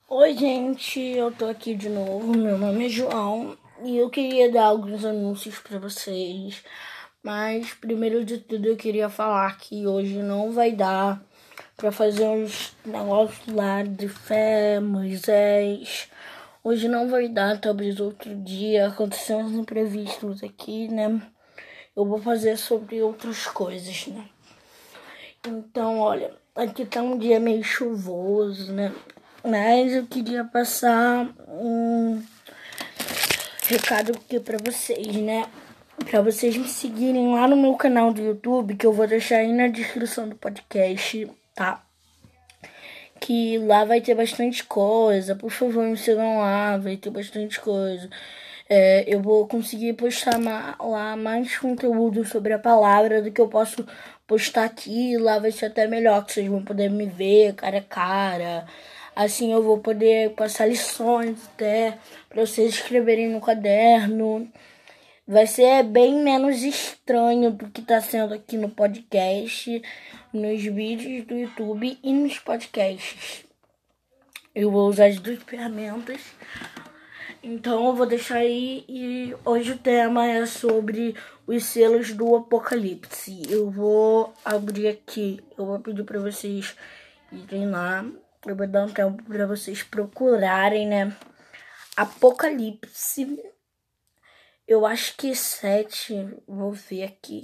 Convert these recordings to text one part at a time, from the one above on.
Oi, gente, eu tô aqui de novo. Meu nome é João e eu queria dar alguns anúncios pra vocês. Mas primeiro de tudo eu queria falar que hoje não vai dar pra fazer uns negócios lá de fé, Moisés. Hoje não vai dar, talvez outro dia. Aconteceu uns imprevistos aqui, né? Eu vou fazer sobre outras coisas, né? Então, olha, aqui tá um dia meio chuvoso, né? Mas eu queria passar um recado aqui pra vocês, né? Pra vocês me seguirem lá no meu canal do YouTube, que eu vou deixar aí na descrição do podcast, tá? Que lá vai ter bastante coisa. Por favor, me sigam lá, vai ter bastante coisa. Eu vou conseguir postar lá mais conteúdo sobre a palavra do que eu posso postar aqui. Lá vai ser até melhor, que vocês vão poder me ver cara a cara. Assim eu vou poder passar lições até para vocês escreverem no caderno. Vai ser bem menos estranho do que tá sendo aqui no podcast, nos vídeos do YouTube e nos podcasts. Eu vou usar as duas ferramentas. Então eu vou deixar aí, e hoje o tema é sobre os selos do Apocalipse. Eu vou abrir aqui, eu vou pedir para vocês irem lá, eu vou dar um tempo para vocês procurarem, né? Apocalipse, eu acho que 7, vou ver aqui.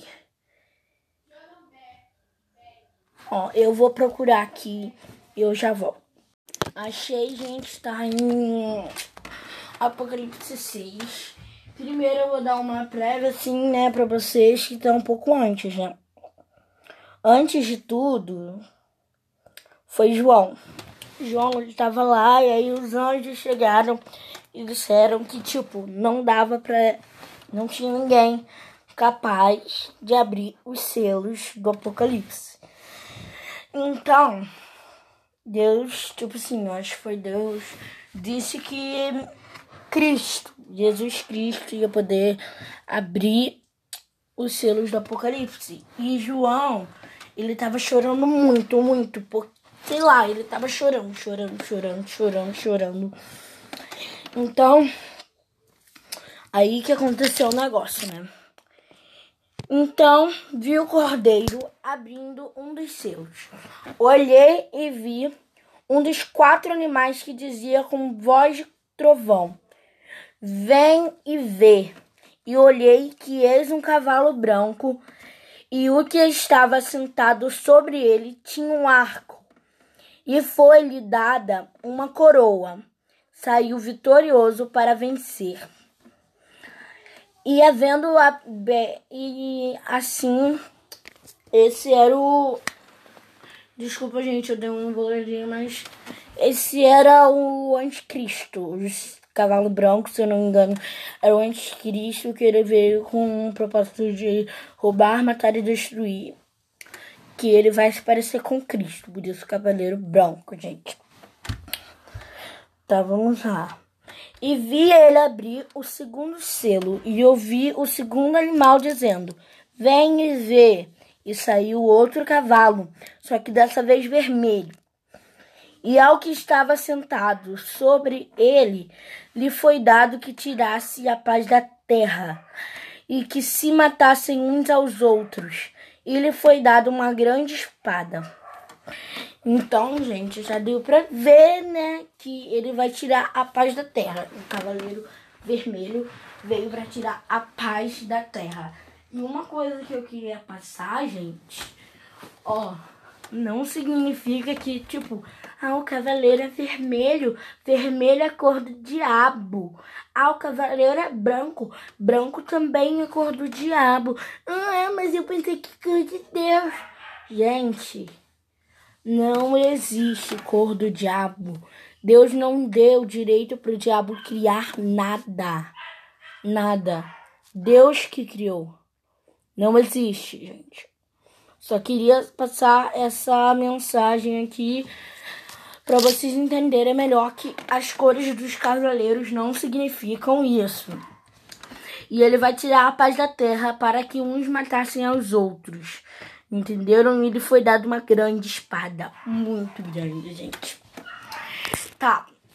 Ó, eu vou procurar aqui e eu já volto. Achei, gente, tá em Apocalipse 6. Primeiro eu vou dar uma prévia, assim, né, pra vocês que estão um pouco antes, né? Antes de tudo, foi João. João, ele tava lá e aí os anjos chegaram e disseram que, tipo, não dava pra... Não tinha ninguém capaz de abrir os selos do Apocalipse. Então, Deus, tipo assim, eu acho que foi Deus, disse que Jesus Cristo ia poder abrir os selos do Apocalipse. E João, ele tava chorando muito, porque, sei lá, ele tava chorando. Então, aí que aconteceu o negócio, né? Então, vi o cordeiro abrindo um dos selos. Olhei e vi um dos 4 animais que dizia com voz de trovão: vem e vê. E olhei que eis um cavalo branco, e o que estava sentado sobre ele tinha um arco, e foi-lhe dada uma coroa. Saiu vitorioso para vencer. E assim, esse era o... Desculpa, gente, eu dei uma emboladinha, mas esse era o anticristo. O cavalo branco, se eu não me engano, era o anticristo, que ele veio com um propósito de roubar, matar e destruir. Que ele vai se parecer com Cristo, por isso o cavaleiro branco, gente. Tá, vamos lá. E vi ele abrir o segundo selo, e ouvi o segundo animal dizendo: vem e vê. E saiu outro cavalo, só que dessa vez vermelho. E ao que estava sentado sobre ele, lhe foi dado que tirasse a paz da terra, e que se matassem uns aos outros. E lhe foi dado uma grande espada. Então, gente, já deu pra ver, né, que ele vai tirar a paz da terra. O cavaleiro vermelho veio pra tirar a paz da terra. E uma coisa que eu queria passar, gente, ó, não significa que, tipo, o cavaleiro é vermelho, vermelho é a cor do diabo. O cavaleiro é branco, branco também é a cor do diabo. Mas eu pensei que cor de Deus. Gente, não existe cor do diabo. Deus não deu direito pro diabo criar nada. Nada. Deus que criou. Não existe, gente. Só queria passar essa mensagem aqui para vocês entenderem melhor que as cores dos cavaleiros não significam isso. E ele vai tirar a paz da terra para que uns matassem aos outros. Entenderam? E lhe foi dado uma grande espada. Muito grande, gente. Tá.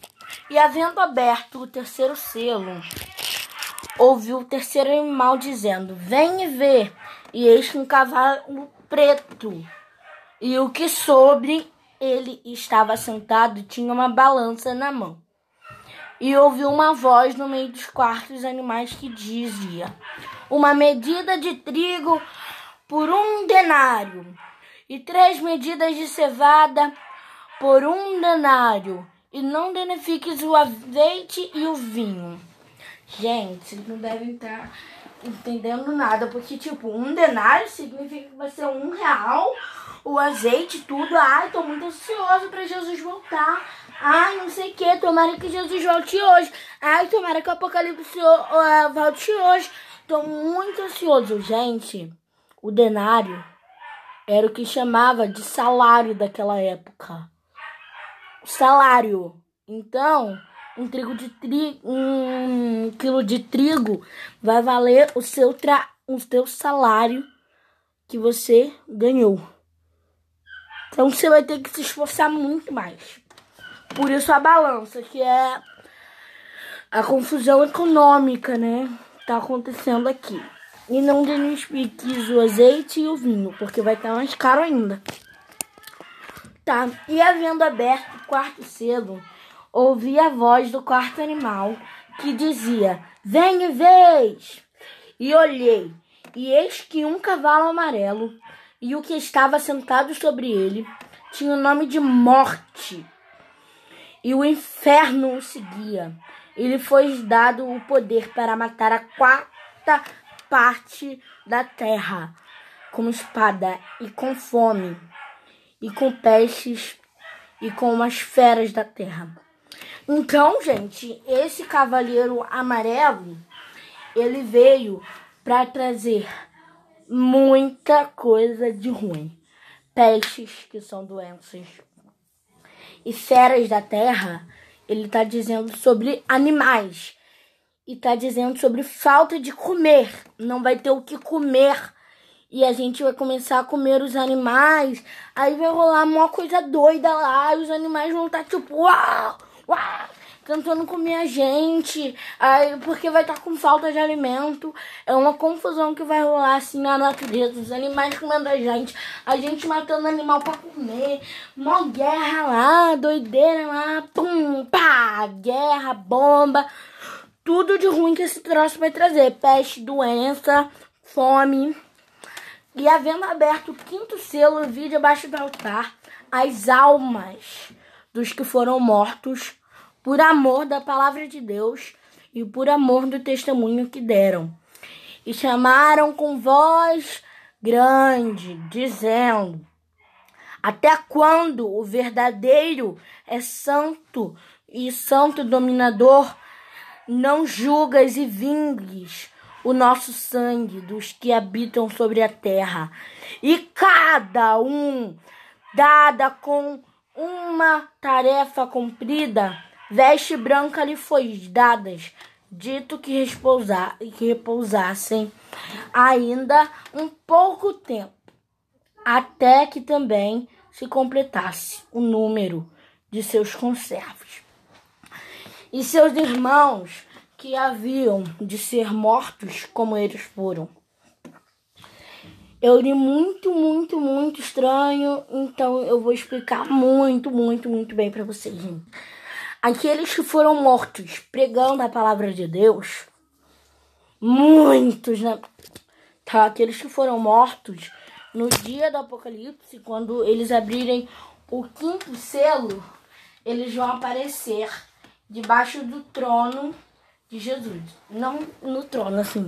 E havendo aberto o terceiro selo, ouviu o terceiro animal dizendo: Vem e vê. E eis que um cavalo preto, e o que sobre ele estava sentado tinha uma balança na mão. E ouviu uma voz no meio dos quartos animais que dizia: Uma medida de trigo por 1 denário, e 3 medidas de cevada por 1 denário, e não danifiques o azeite e o vinho. Gente, vocês não devem estar entendendo nada, porque, 1 denário significa que vai ser R$1, o azeite, tudo. Ai, tô muito ansioso pra Jesus voltar. Ai, não sei o que, tomara que Jesus volte hoje. Ai, tomara que o Apocalipse volte hoje. Tô muito ansioso, gente. O denário era o que chamava de salário daquela época. Salário. Então, um quilo de trigo vai valer o seu salário que você ganhou. Então, você vai ter que se esforçar muito mais. Por isso a balança, que é a confusão econômica, né? Tá acontecendo aqui. E não danifiques o azeite e o vinho, porque vai estar mais caro ainda. Tá, e havendo aberto o quarto selo, ouvi a voz do quarto animal, que dizia: Vem e vês! E olhei, e eis que um cavalo amarelo, e o que estava sentado sobre ele, tinha o nome de Morte, e o inferno o seguia. Ele foi dado o poder para matar a 4ª parte da terra, com espada e com fome, e com pestes, e com as feras da terra. Então, gente, esse cavaleiro amarelo, ele veio para trazer muita coisa de ruim. Pestes, que são doenças, e feras da terra, ele está dizendo sobre animais. E está dizendo sobre falta de comer. Não vai ter o que comer. E a gente vai começar a comer os animais. Aí vai rolar uma coisa doida lá. E os animais vão estar uau, uau, tentando comer a gente. Aí, porque vai estar com falta de alimento. É uma confusão que vai rolar assim na natureza. Os animais comendo a gente matando animal pra comer. Uma guerra lá, doideira lá. Pum, pá, guerra, bomba. Tudo de ruim que esse troço vai trazer. Peste, doença, fome. E havendo aberto o 5º selo, vi debaixo do altar as almas dos que foram mortos por amor da palavra de Deus e por amor do testemunho que deram. E chamaram com voz grande, dizendo: Até quando o verdadeiro é santo e santo dominador não julgas e vingues o nosso sangue dos que habitam sobre a terra? E cada um, dada com uma tarefa cumprida, veste branca lhe foi dadas, dito que repousassem ainda um pouco tempo, até que também se completasse o número de seus conservos. E seus irmãos que haviam de ser mortos como eles foram. Eu li muito estranho, então eu vou explicar muito bem para vocês, gente. Aqueles que foram mortos pregando a palavra de Deus, muitos, né? Tá? Aqueles que foram mortos no dia do Apocalipse, quando eles abrirem o 5º selo, eles vão aparecer debaixo do trono de Jesus. Não no trono, assim.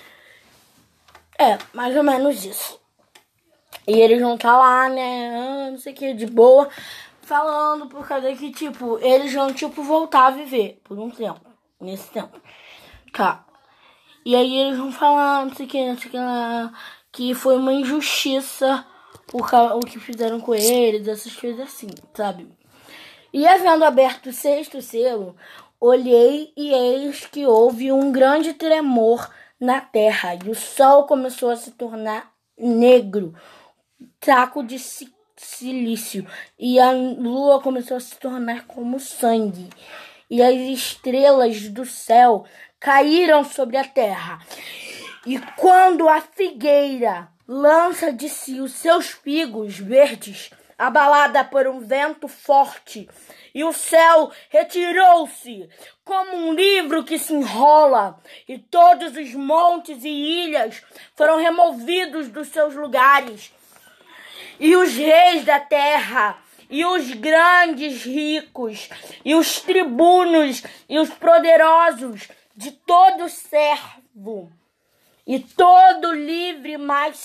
É, mais ou menos isso. E eles vão estar lá, né, não sei o que, de boa, falando, por causa que, eles vão, voltar a viver por um tempo, nesse tempo. Tá. E aí eles vão falar, não sei o que lá, que foi uma injustiça o que fizeram com eles, essas coisas assim, sabe? E havendo aberto o 6º selo, olhei e eis que houve um grande tremor na terra, e o sol começou a se tornar negro, saco de silício, e a lua começou a se tornar como sangue, e as estrelas do céu caíram sobre a terra. E quando a figueira lança de si os seus figos verdes, abalada por um vento forte, e o céu retirou-se como um livro que se enrola, e todos os montes e ilhas foram removidos dos seus lugares, e os reis da terra, e os grandes ricos, e os tribunos, e os poderosos, de todo servo, e todo livre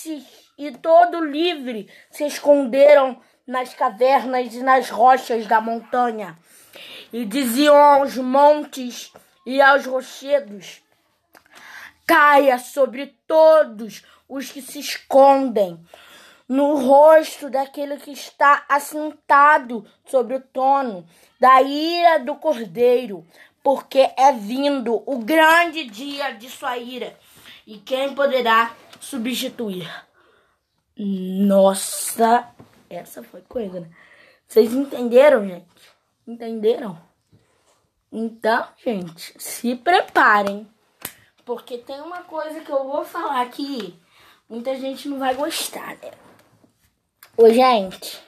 se esconderam nas cavernas e nas rochas da montanha, e diziam aos montes e aos rochedos: caia sobre todos os que se escondem no rosto daquele que está assentado sobre o trono da ira do Cordeiro, porque é vindo o grande dia de sua ira, e quem poderá substituir? Nossa, essa foi coisa, né? Vocês entenderam, gente? Entenderam? Então, gente, se preparem, porque tem uma coisa que eu vou falar que muita gente não vai gostar, né? Ô, gente,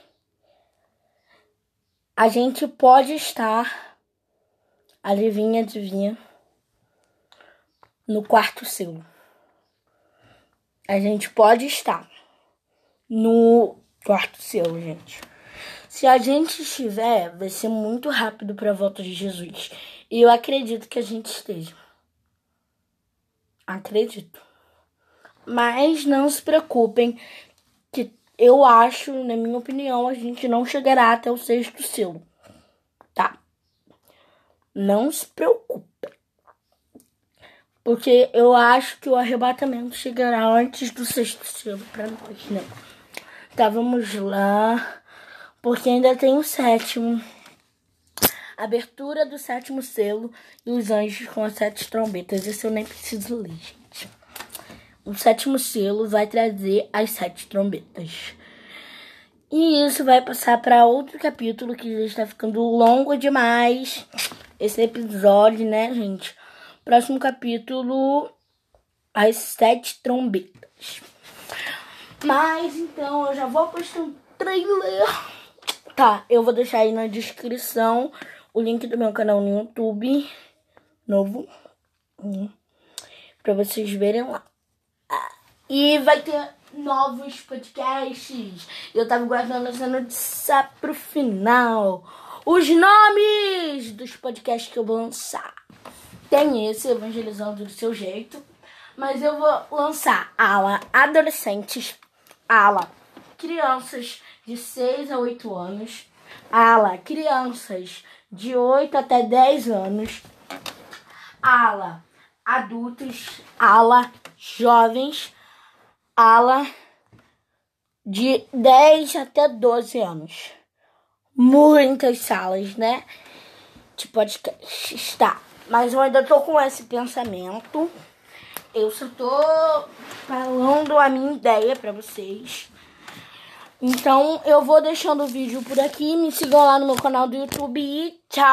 a gente pode estar, adivinha, no quarto selo. A gente pode estar no quarto selo, gente. Se a gente estiver, vai ser muito rápido para a volta de Jesus. E eu acredito que a gente esteja. Acredito. Mas não se preocupem, que eu acho, na minha opinião, a gente não chegará até o sexto selo. Tá? Não se preocupem. Porque eu acho que o arrebatamento chegará antes do sexto selo para nós, né? Tá, vamos lá. Porque ainda tem o sétimo. Abertura do sétimo selo e os anjos com as 7 trombetas. Isso eu nem preciso ler, gente. O sétimo selo vai trazer as 7 trombetas. E isso vai passar para outro capítulo que já está ficando longo demais. Esse episódio, né, gente? Próximo capítulo, as 7 trombetas. Mas então eu já vou postar um trailer. Tá, eu vou deixar aí na descrição o link do meu canal no YouTube novo, pra vocês verem lá. E vai ter novos podcasts. Eu tava guardando essa notícia pro final. Os nomes dos podcasts que eu vou lançar. Tem esse, Evangelizando do Seu Jeito. Mas eu vou lançar ala adolescentes, ala crianças de 6 a 8 anos, ala crianças de 8 até 10 anos, ala adultos, ala jovens, ala de 10 até 12 anos. Muitas salas, né? De podcast. Está. Mas eu ainda tô com esse pensamento. Eu só tô falando a minha ideia pra vocês. Então, eu vou deixando o vídeo por aqui. Me sigam lá no meu canal do YouTube e tchau!